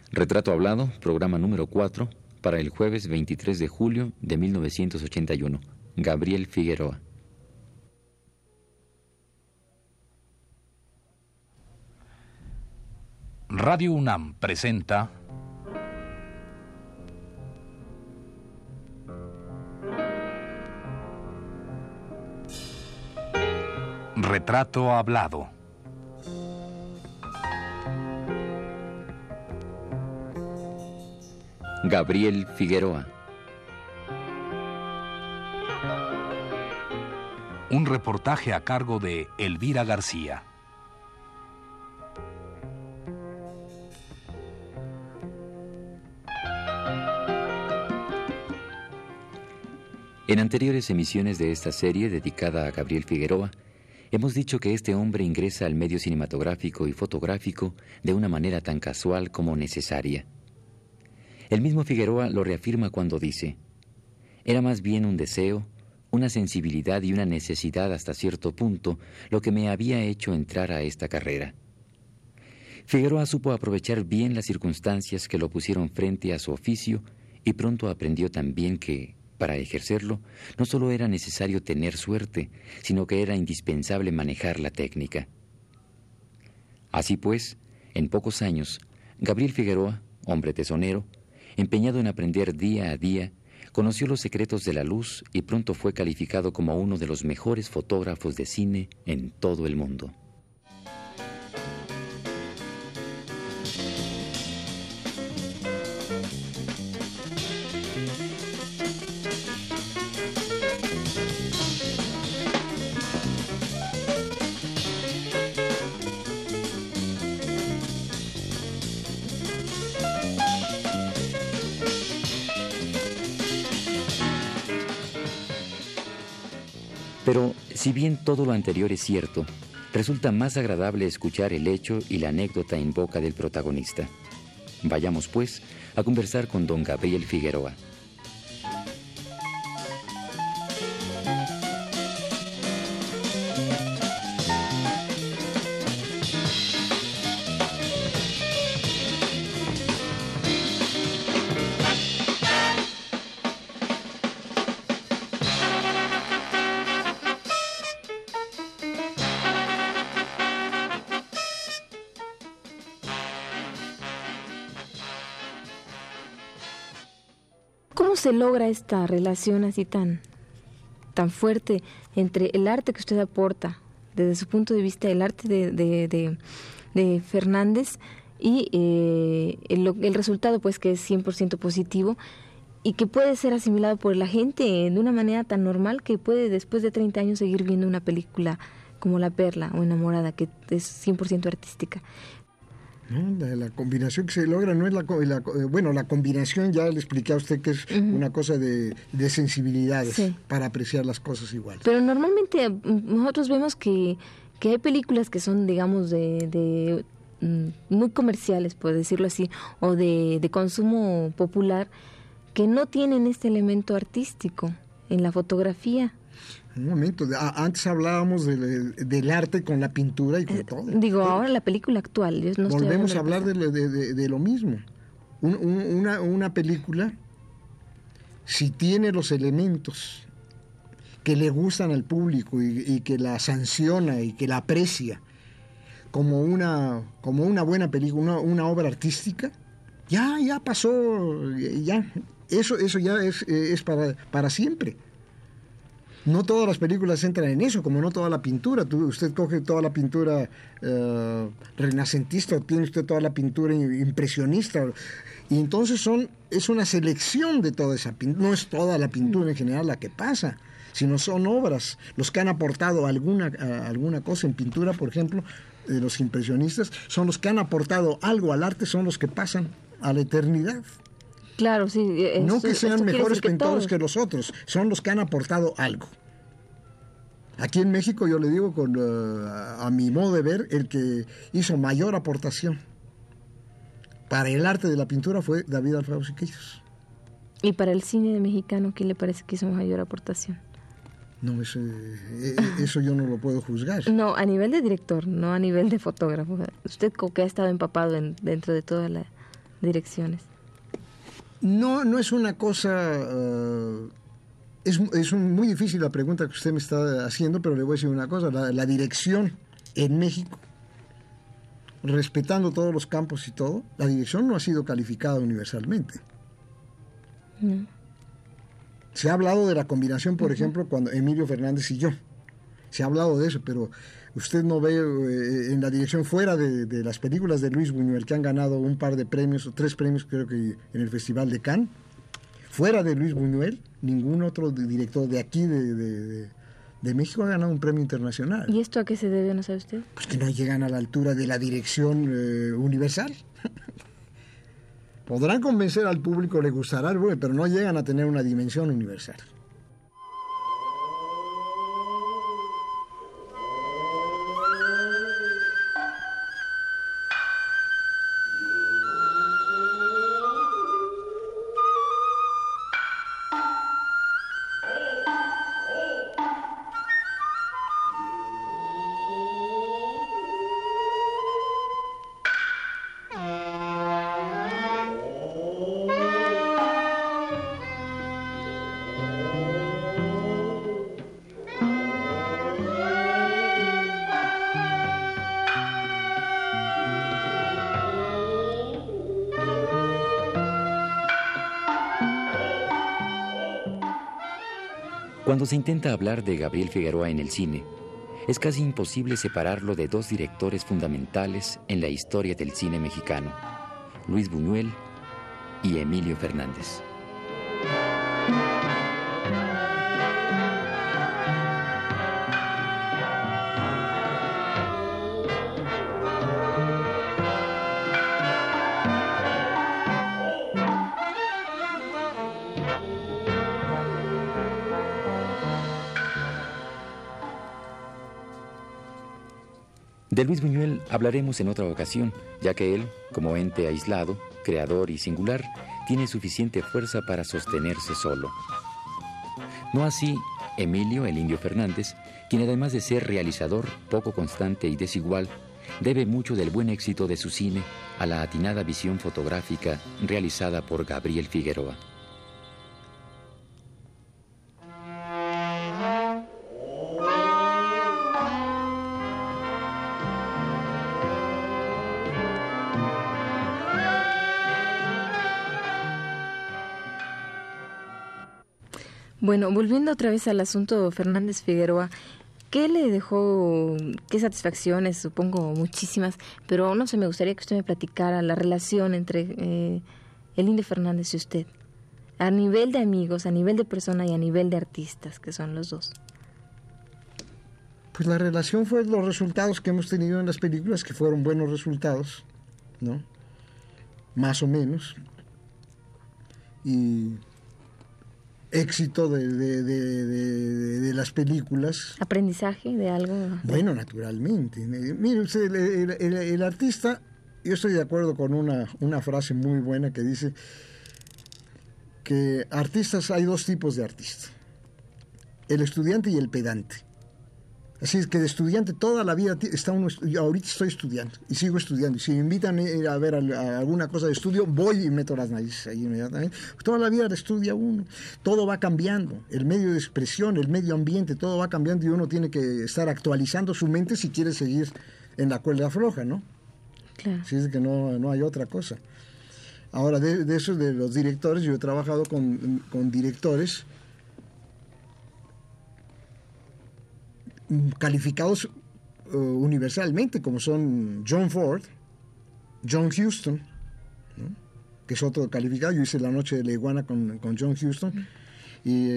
Retrato Hablado, programa número 4, para el jueves 23 de julio de 1981. Gabriel Figueroa. Radio UNAM presenta Retrato Hablado. Gabriel Figueroa. Un reportaje a cargo de Elvira García. En anteriores emisiones de esta serie dedicada a Gabriel Figueroa, hemos dicho que este hombre ingresa al medio cinematográfico y fotográfico de una manera tan casual como necesaria. El mismo Figueroa lo reafirma cuando dice: era más bien un deseo, una sensibilidad y una necesidad hasta cierto punto lo que me había hecho entrar a esta carrera. Figueroa supo aprovechar bien las circunstancias que lo pusieron frente a su oficio y pronto aprendió también que, para ejercerlo, no solo era necesario tener suerte, sino que era indispensable manejar la técnica. Así pues, en pocos años, Gabriel Figueroa, hombre tesonero, empeñado en aprender día a día, conoció los secretos de la luz y pronto fue calificado como uno de los mejores fotógrafos de cine en todo el mundo. Pero, si bien todo lo anterior es cierto, resulta más agradable escuchar el hecho y la anécdota en boca del protagonista. Vayamos, pues, a conversar con don Gabriel Figueroa. ¿Cómo se logra esta relación así tan fuerte entre el arte que usted aporta, desde su punto de vista, el arte de Fernández y el resultado, pues, que es 100% positivo y que puede ser asimilado por la gente de una manera tan normal que puede, después de 30 años, seguir viendo una película como La Perla o Enamorada, que es 100% artística? No, la combinación que se logra no es la combinación, ya le expliqué a usted que es una cosa de sensibilidades, sí, para apreciar las cosas igual. Pero normalmente nosotros vemos que hay películas que son, digamos, de muy comerciales, por decirlo así, o de consumo popular, que no tienen este elemento artístico en la fotografía. Un momento, antes hablábamos del arte con la pintura y con todo. Digo, ahora la película actual. Yo no volvemos a hablar de lo mismo. Una película, si tiene los elementos que le gustan al público y que la sanciona y que la aprecia como una buena película, una obra artística, ya pasó, ya eso ya es para siempre. No todas las películas entran en eso, como no toda la pintura. Usted coge toda la pintura renacentista, o tiene usted toda la pintura impresionista, y entonces es una selección de toda esa pintura. No es toda la pintura en general la que pasa, sino son obras. Los que han aportado alguna cosa en pintura, por ejemplo, de los impresionistas, son los que han aportado algo al arte, son los que pasan a la eternidad. Claro, sí. No que sean mejores pintores que los otros, son los que han aportado algo. Aquí en México, yo le digo, a mi modo de ver, el que hizo mayor aportación para el arte de la pintura fue David Alfaro Siqueiros. ¿Y para el cine mexicano qué le parece que hizo mayor aportación? No, eso yo no lo puedo juzgar. No, a nivel de director, no a nivel de fotógrafo. Usted que ha estado empapado dentro de toda la direcciones? No es una cosa... es muy difícil la pregunta que usted me está haciendo, pero le voy a decir una cosa. La dirección en México, respetando todos los campos y todo, la dirección no ha sido calificada universalmente. No. Se ha hablado de la combinación, por ejemplo, cuando Emilio Fernández y yo. Se ha hablado de eso, pero usted no ve en la dirección fuera de las películas de Luis Buñuel, que han ganado un par de premios, o 3 premios creo que en el Festival de Cannes. Fuera de Luis Buñuel, ningún otro director de aquí, de México, ha ganado un premio internacional. ¿Y esto a qué se debe, no sabe usted? Pues que no llegan a la altura de la dirección universal. Podrán convencer al público, le gustará, pero no llegan a tener una dimensión universal. Cuando se intenta hablar de Gabriel Figueroa en el cine, es casi imposible separarlo de 2 directores fundamentales en la historia del cine mexicano, Luis Buñuel y Emilio Fernández. De Luis Buñuel hablaremos en otra ocasión, ya que él, como ente aislado, creador y singular, tiene suficiente fuerza para sostenerse solo. No así Emilio, el Indio Fernández, quien además de ser realizador, poco constante y desigual, debe mucho del buen éxito de su cine a la atinada visión fotográfica realizada por Gabriel Figueroa. Bueno, volviendo otra vez al asunto Fernández Figueroa, ¿qué le dejó, qué satisfacciones? Supongo muchísimas, pero no sé, me gustaría que usted me platicara la relación entre el Indio Fernández y usted, a nivel de amigos, a nivel de persona y a nivel de artistas, que son los dos. Pues la relación fue los resultados que hemos tenido en las películas, que fueron buenos resultados, ¿no? Más o menos. Y éxito de las películas. ¿Aprendizaje de algo? Bueno, naturalmente. Mire usted, el artista, yo estoy de acuerdo con una frase muy buena que dice que artistas, hay 2 tipos de artistas, el estudiante y el pedante. Así es que de estudiante toda la vida está uno. Yo ahorita estoy estudiando y sigo estudiando. Y si me invitan a ver alguna cosa de estudio, voy y meto las narices ahí inmediatamente. Toda la vida estudia uno. Todo va cambiando. El medio de expresión, el medio ambiente, todo va cambiando y uno tiene que estar actualizando su mente si quiere seguir en la cuerda floja, ¿no? Claro. Así es que no hay otra cosa. Ahora, de eso de los directores, yo he trabajado con directores calificados universalmente, como son John Ford, John Huston, ¿no? Que es otro calificado. Yo hice La Noche de la Iguana con John Huston, y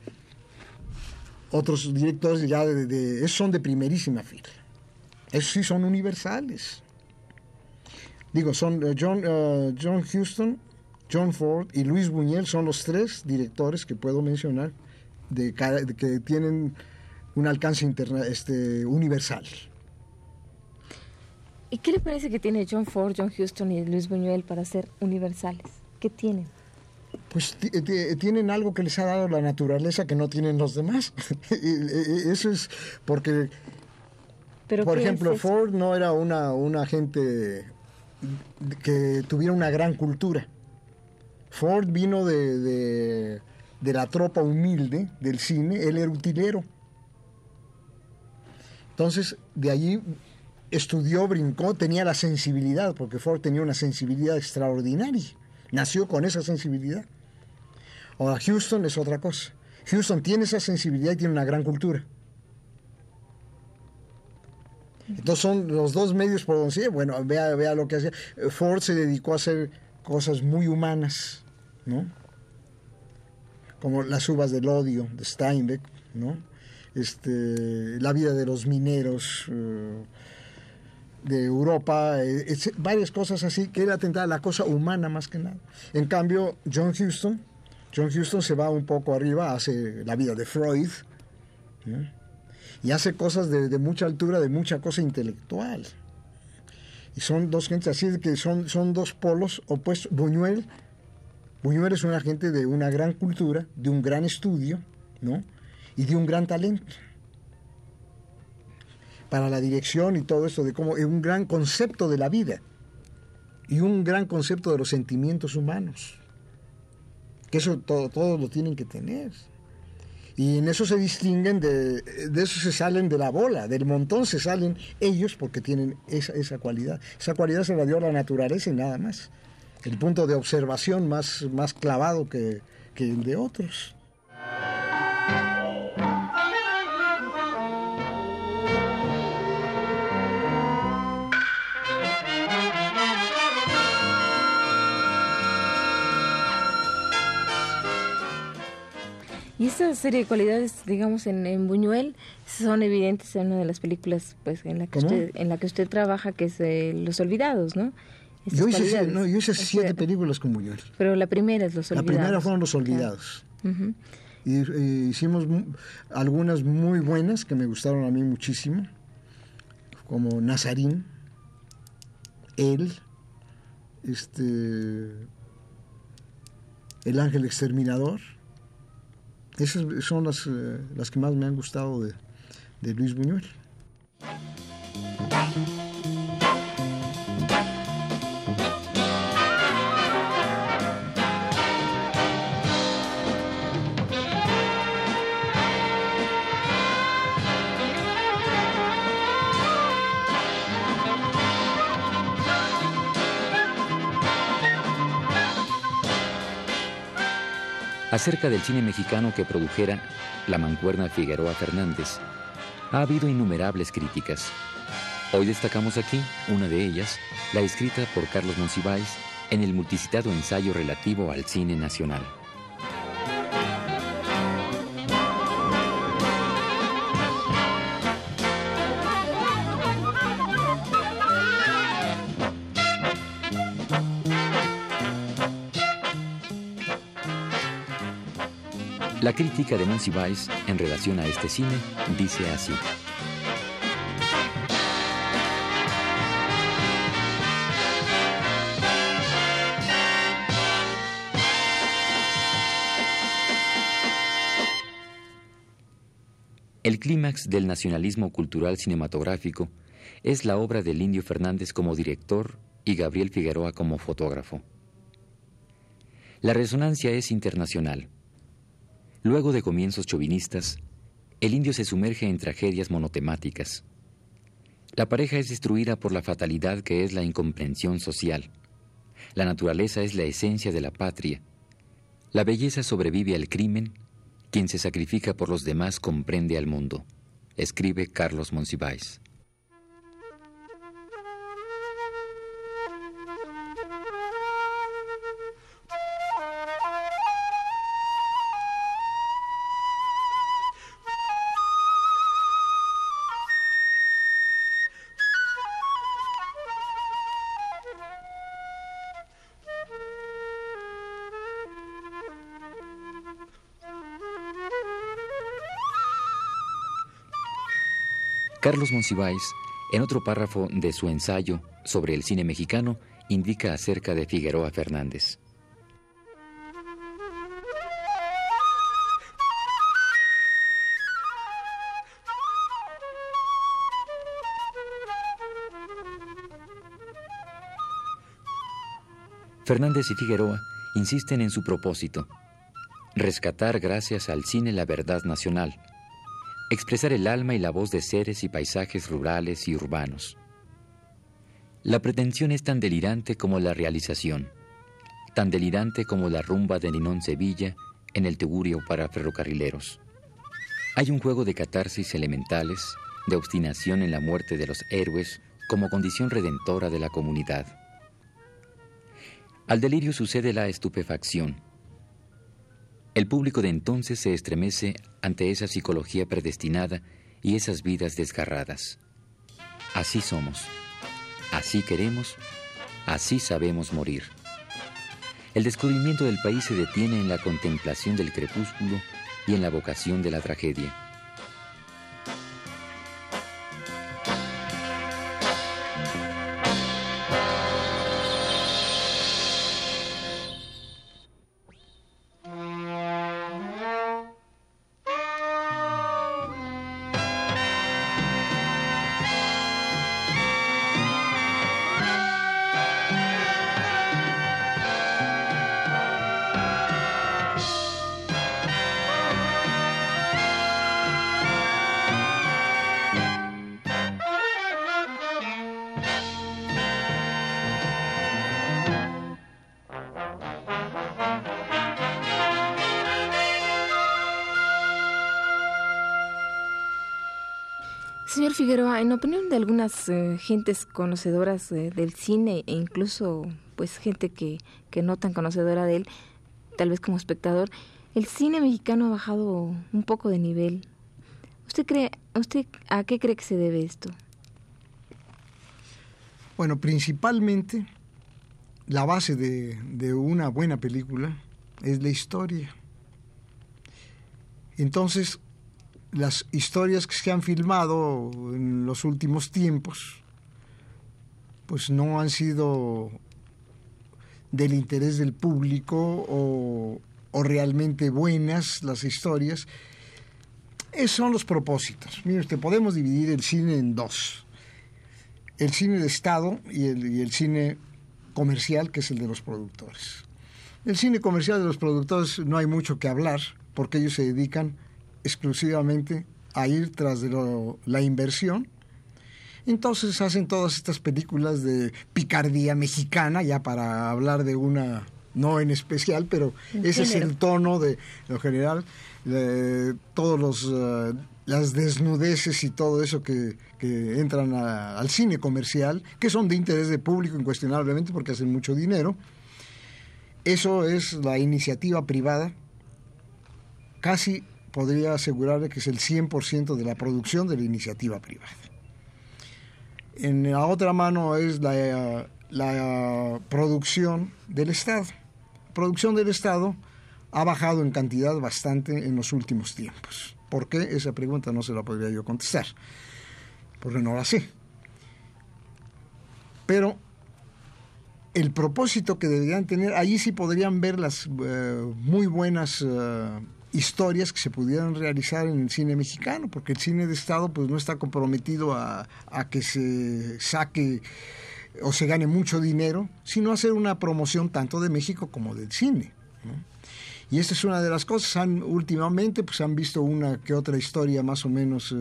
otros directores ya esos son de primerísima fila. Esos sí son universales. Digo, son John Huston, John Ford y Luis Buñuel son los 3 directores que puedo mencionar que tienen un alcance universal. ¿Y qué le parece que tiene John Ford, John Huston y Luis Buñuel para ser universales? ¿Qué tienen? Pues tienen algo que les ha dado la naturaleza que no tienen los demás. Eso es porque, por ejemplo, Ford no era una gente que tuviera una gran cultura. Ford vino de la tropa humilde del cine, él era utilero. Entonces, de allí estudió, brincó, tenía la sensibilidad, porque Ford tenía una sensibilidad extraordinaria. Nació con esa sensibilidad. Ahora, Huston es otra cosa. Huston tiene esa sensibilidad y tiene una gran cultura. Entonces son los dos medios por donde se... Bueno, vea lo que hacía. Ford se dedicó a hacer cosas muy humanas, ¿no? Como Las uvas del odio, de Steinbeck, ¿no? La vida de los mineros de Europa, varias cosas así, que era atentar a la cosa humana más que nada. En cambio, John Huston se va un poco arriba, hace la vida de Freud, ¿no? Y hace cosas de mucha altura, de mucha cosa intelectual. Y son dos gentes así, que son dos polos opuestos. Buñuel es una gente de una gran cultura, de un gran estudio, ¿no? Y de un gran talento para la dirección y todo esto, de cómo es un gran concepto de la vida y un gran concepto de los sentimientos humanos, que eso todos lo tienen que tener. Y en eso se distinguen, de eso se salen de la bola, del montón se salen ellos porque tienen esa cualidad. Esa cualidad se la dio a la naturaleza y nada más. El punto de observación más clavado que el de otros. Y esa serie de cualidades, digamos, en Buñuel son evidentes en una de las películas, pues, en la que usted trabaja, que es Los Olvidados, ¿no? Yo hice 7 películas con Buñuel. Pero la primera es Los Olvidados. La primera fueron Los Olvidados. Uh-huh. Y hicimos algunas muy buenas que me gustaron a mí muchísimo, como Nazarín, El Ángel Exterminador. Esas son las que más me han gustado de Luis Buñuel. Acerca del cine mexicano que produjera la mancuerna Figueroa Fernández, ha habido innumerables críticas. Hoy destacamos aquí una de ellas, la escrita por Carlos Monsiváis en el multicitado ensayo relativo al cine nacional. La crítica de Monsiváis en relación a este cine dice así: el clímax del nacionalismo cultural cinematográfico es la obra del Indio Fernández como director y Gabriel Figueroa como fotógrafo. La resonancia es internacional. Luego de comienzos chauvinistas, el Indio se sumerge en tragedias monotemáticas. La pareja es destruida por la fatalidad que es la incomprensión social. La naturaleza es la esencia de la patria. La belleza sobrevive al crimen. Quien se sacrifica por los demás comprende al mundo. Escribe Carlos Monsiváis. Carlos Monsiváis, en otro párrafo de su ensayo sobre el cine mexicano, indica acerca de Figueroa Fernández. Fernández y Figueroa insisten en su propósito: rescatar gracias al cine la verdad nacional, expresar el alma y la voz de seres y paisajes rurales y urbanos. La pretensión es tan delirante como la realización, tan delirante como la rumba de Ninón Sevilla en el Tugurio para ferrocarrileros. Hay un juego de catarsis elementales, de obstinación en la muerte de los héroes como condición redentora de la comunidad. Al delirio sucede la estupefacción. El público de entonces se estremece ante esa psicología predestinada y esas vidas desgarradas. Así somos, así queremos, así sabemos morir. El descubrimiento del país se detiene en la contemplación del crepúsculo y en la vocación de la tragedia. Señor Figueroa, en opinión de algunas gentes conocedoras del cine e incluso pues gente que no tan conocedora de él, tal vez como espectador, el cine mexicano ha bajado un poco de nivel. ¿Usted a qué cree que se debe esto? Bueno, principalmente la base de una buena película es la historia. Entonces, las historias que se han filmado en los últimos tiempos, pues no han sido del interés del público o realmente buenas las historias. Esos son los propósitos. Mire usted, podemos dividir el cine en dos: el cine de Estado y el cine comercial, que es el de los productores. El cine comercial de los productores no hay mucho que hablar, porque ellos se dedican exclusivamente a ir tras de la inversión. Entonces hacen todas estas películas de picardía mexicana, ya para hablar de una, no en especial, pero ese es el tono de lo general, todos las desnudeces y todo eso que entran al cine comercial, que son de interés de público incuestionablemente porque hacen mucho dinero. Eso es la iniciativa privada. Casi podría asegurarle que es el 100% de la producción de la iniciativa privada. En la otra mano es la producción del Estado. La producción del Estado ha bajado en cantidad bastante en los últimos tiempos. ¿Por qué? Esa pregunta no se la podría yo contestar, porque no la sé. Pero el propósito que deberían tener, allí sí podrían ver las muy buenas historias que se pudieran realizar en el cine mexicano, porque el cine de Estado pues no está comprometido a que se saque o se gane mucho dinero, sino a hacer una promoción tanto de México como del cine, ¿no? Y esta es una de las cosas. Últimamente pues han visto una que otra historia más o menos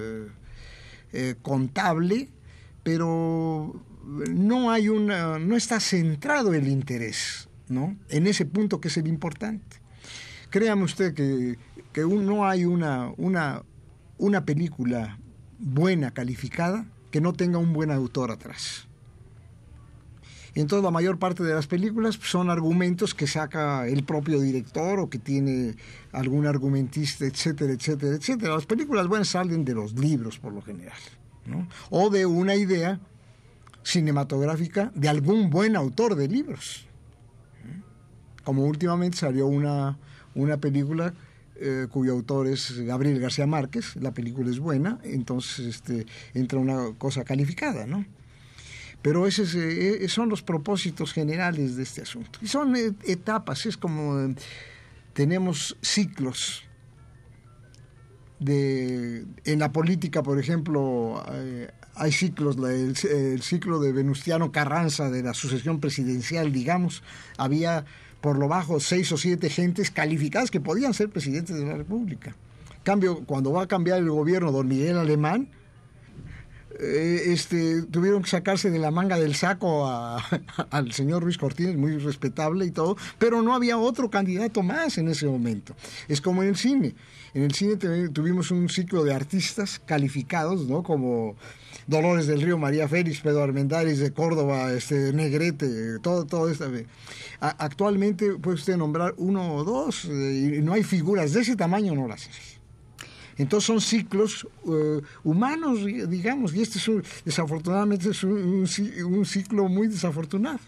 contable, pero no está centrado el interés, ¿no?, en ese punto que es el importante. Créame usted que no hay una película buena, calificada, que no tenga un buen autor atrás. Y entonces la mayor parte de las películas son argumentos que saca el propio director o que tiene algún argumentista, etcétera, etcétera, etcétera. Las películas buenas salen de los libros por lo general, ¿no?, o de una idea cinematográfica de algún buen autor de libros. Como últimamente salió una película cuyo autor es Gabriel García Márquez. La película es buena, entonces entra una cosa calificada, ¿no? Pero esos son los propósitos generales de este asunto. Y son etapas, es como tenemos ciclos. en la política, por ejemplo, hay ciclos, el ciclo de Venustiano Carranza de la sucesión presidencial, digamos, había por lo bajo 6 o 7 gentes calificadas que podían ser presidentes de la República. En cambio, cuando va a cambiar el gobierno don Miguel Alemán, tuvieron que sacarse de la manga del saco al señor Ruiz Cortines, muy respetable y todo, pero no había otro candidato más en ese momento. Es como en el cine. En el cine tuvimos un ciclo de artistas calificados, ¿no? Como Dolores del Río, María Félix, Pedro Armendáriz de Córdoba, Negrete, todo esto. Actualmente puede usted nombrar 1 o 2, y no hay figuras de ese tamaño, no las hay. Entonces son ciclos humanos, digamos, y desafortunadamente es un ciclo muy desafortunado.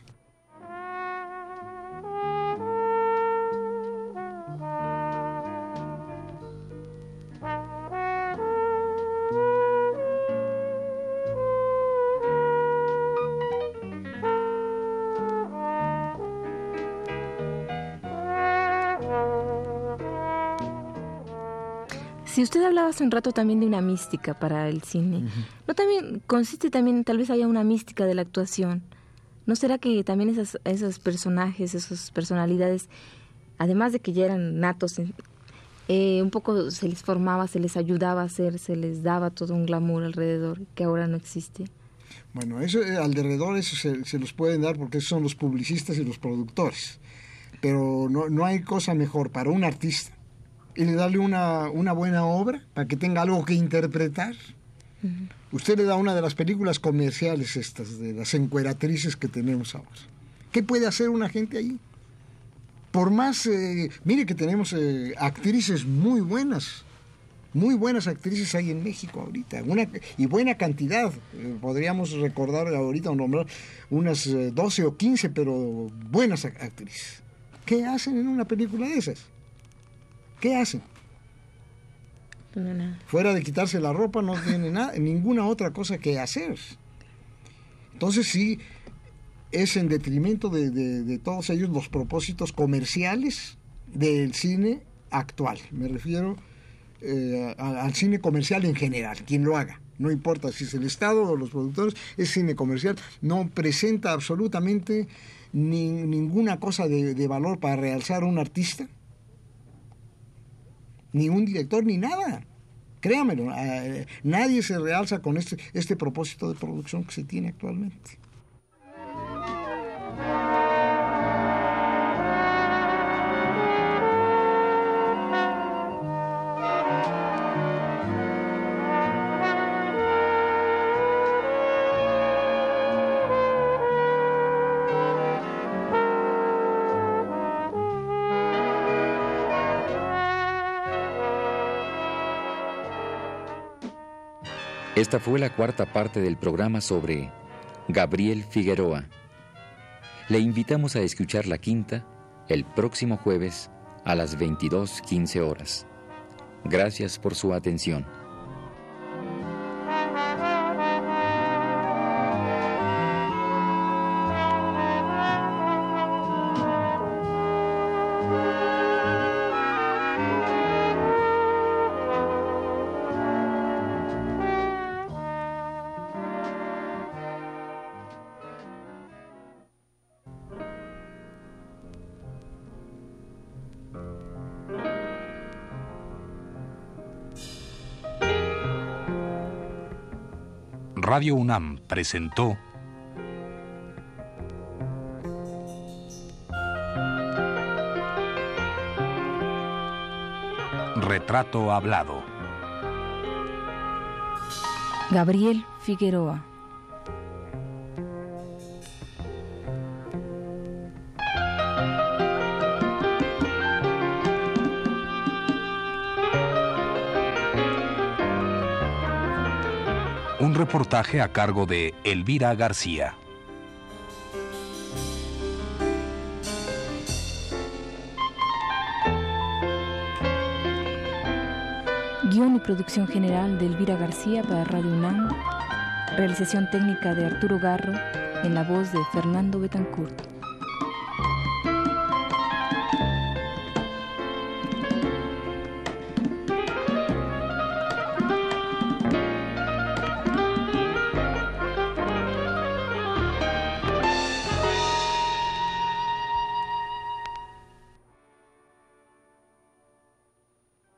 Si usted hablaba hace un rato también de una mística para el cine, ¿no también consiste también, tal vez haya una mística de la actuación? ¿No será que también esos personajes, esas personalidades, además de que ya eran natos, un poco se les formaba, se les ayudaba a hacer, se les daba todo un glamour alrededor que ahora no existe? Bueno, eso alrededor eso se los pueden dar porque esos son los publicistas y los productores, pero no hay cosa mejor para un artista y le darle una buena obra para que tenga algo que interpretar. Usted le da una de las películas comerciales estas, de las encueratrices que tenemos ahora. ¿Qué puede hacer una gente ahí? Por más, mire que tenemos actrices muy buenas actrices hay en México ahorita, y buena cantidad. Podríamos recordar ahorita o nombrar unas 12 o 15, pero buenas actrices. ¿Qué hacen en una película de esas? ¿Qué hacen? No. Fuera de quitarse la ropa no tienen ninguna otra cosa que hacer. Entonces sí, es en detrimento de todos ellos los propósitos comerciales del cine actual. Me refiero al cine comercial en general, quien lo haga. No importa si es el Estado o los productores, es cine comercial. No presenta absolutamente ninguna cosa de valor para realzar a un artista, ni un director, ni nada. Créamelo, nadie se realza con este propósito de producción que se tiene actualmente. Esta fue la cuarta parte del programa sobre Gabriel Figueroa. Le invitamos a escuchar la quinta el próximo jueves a las 22:15 horas. Gracias por su atención. Radio UNAM presentó Retrato Hablado. Gabriel Figueroa. Un reportaje a cargo de Elvira García. Guión y producción general de Elvira García para Radio UNAM. Realización técnica de Arturo Garro, en la voz de Fernando Betancourt.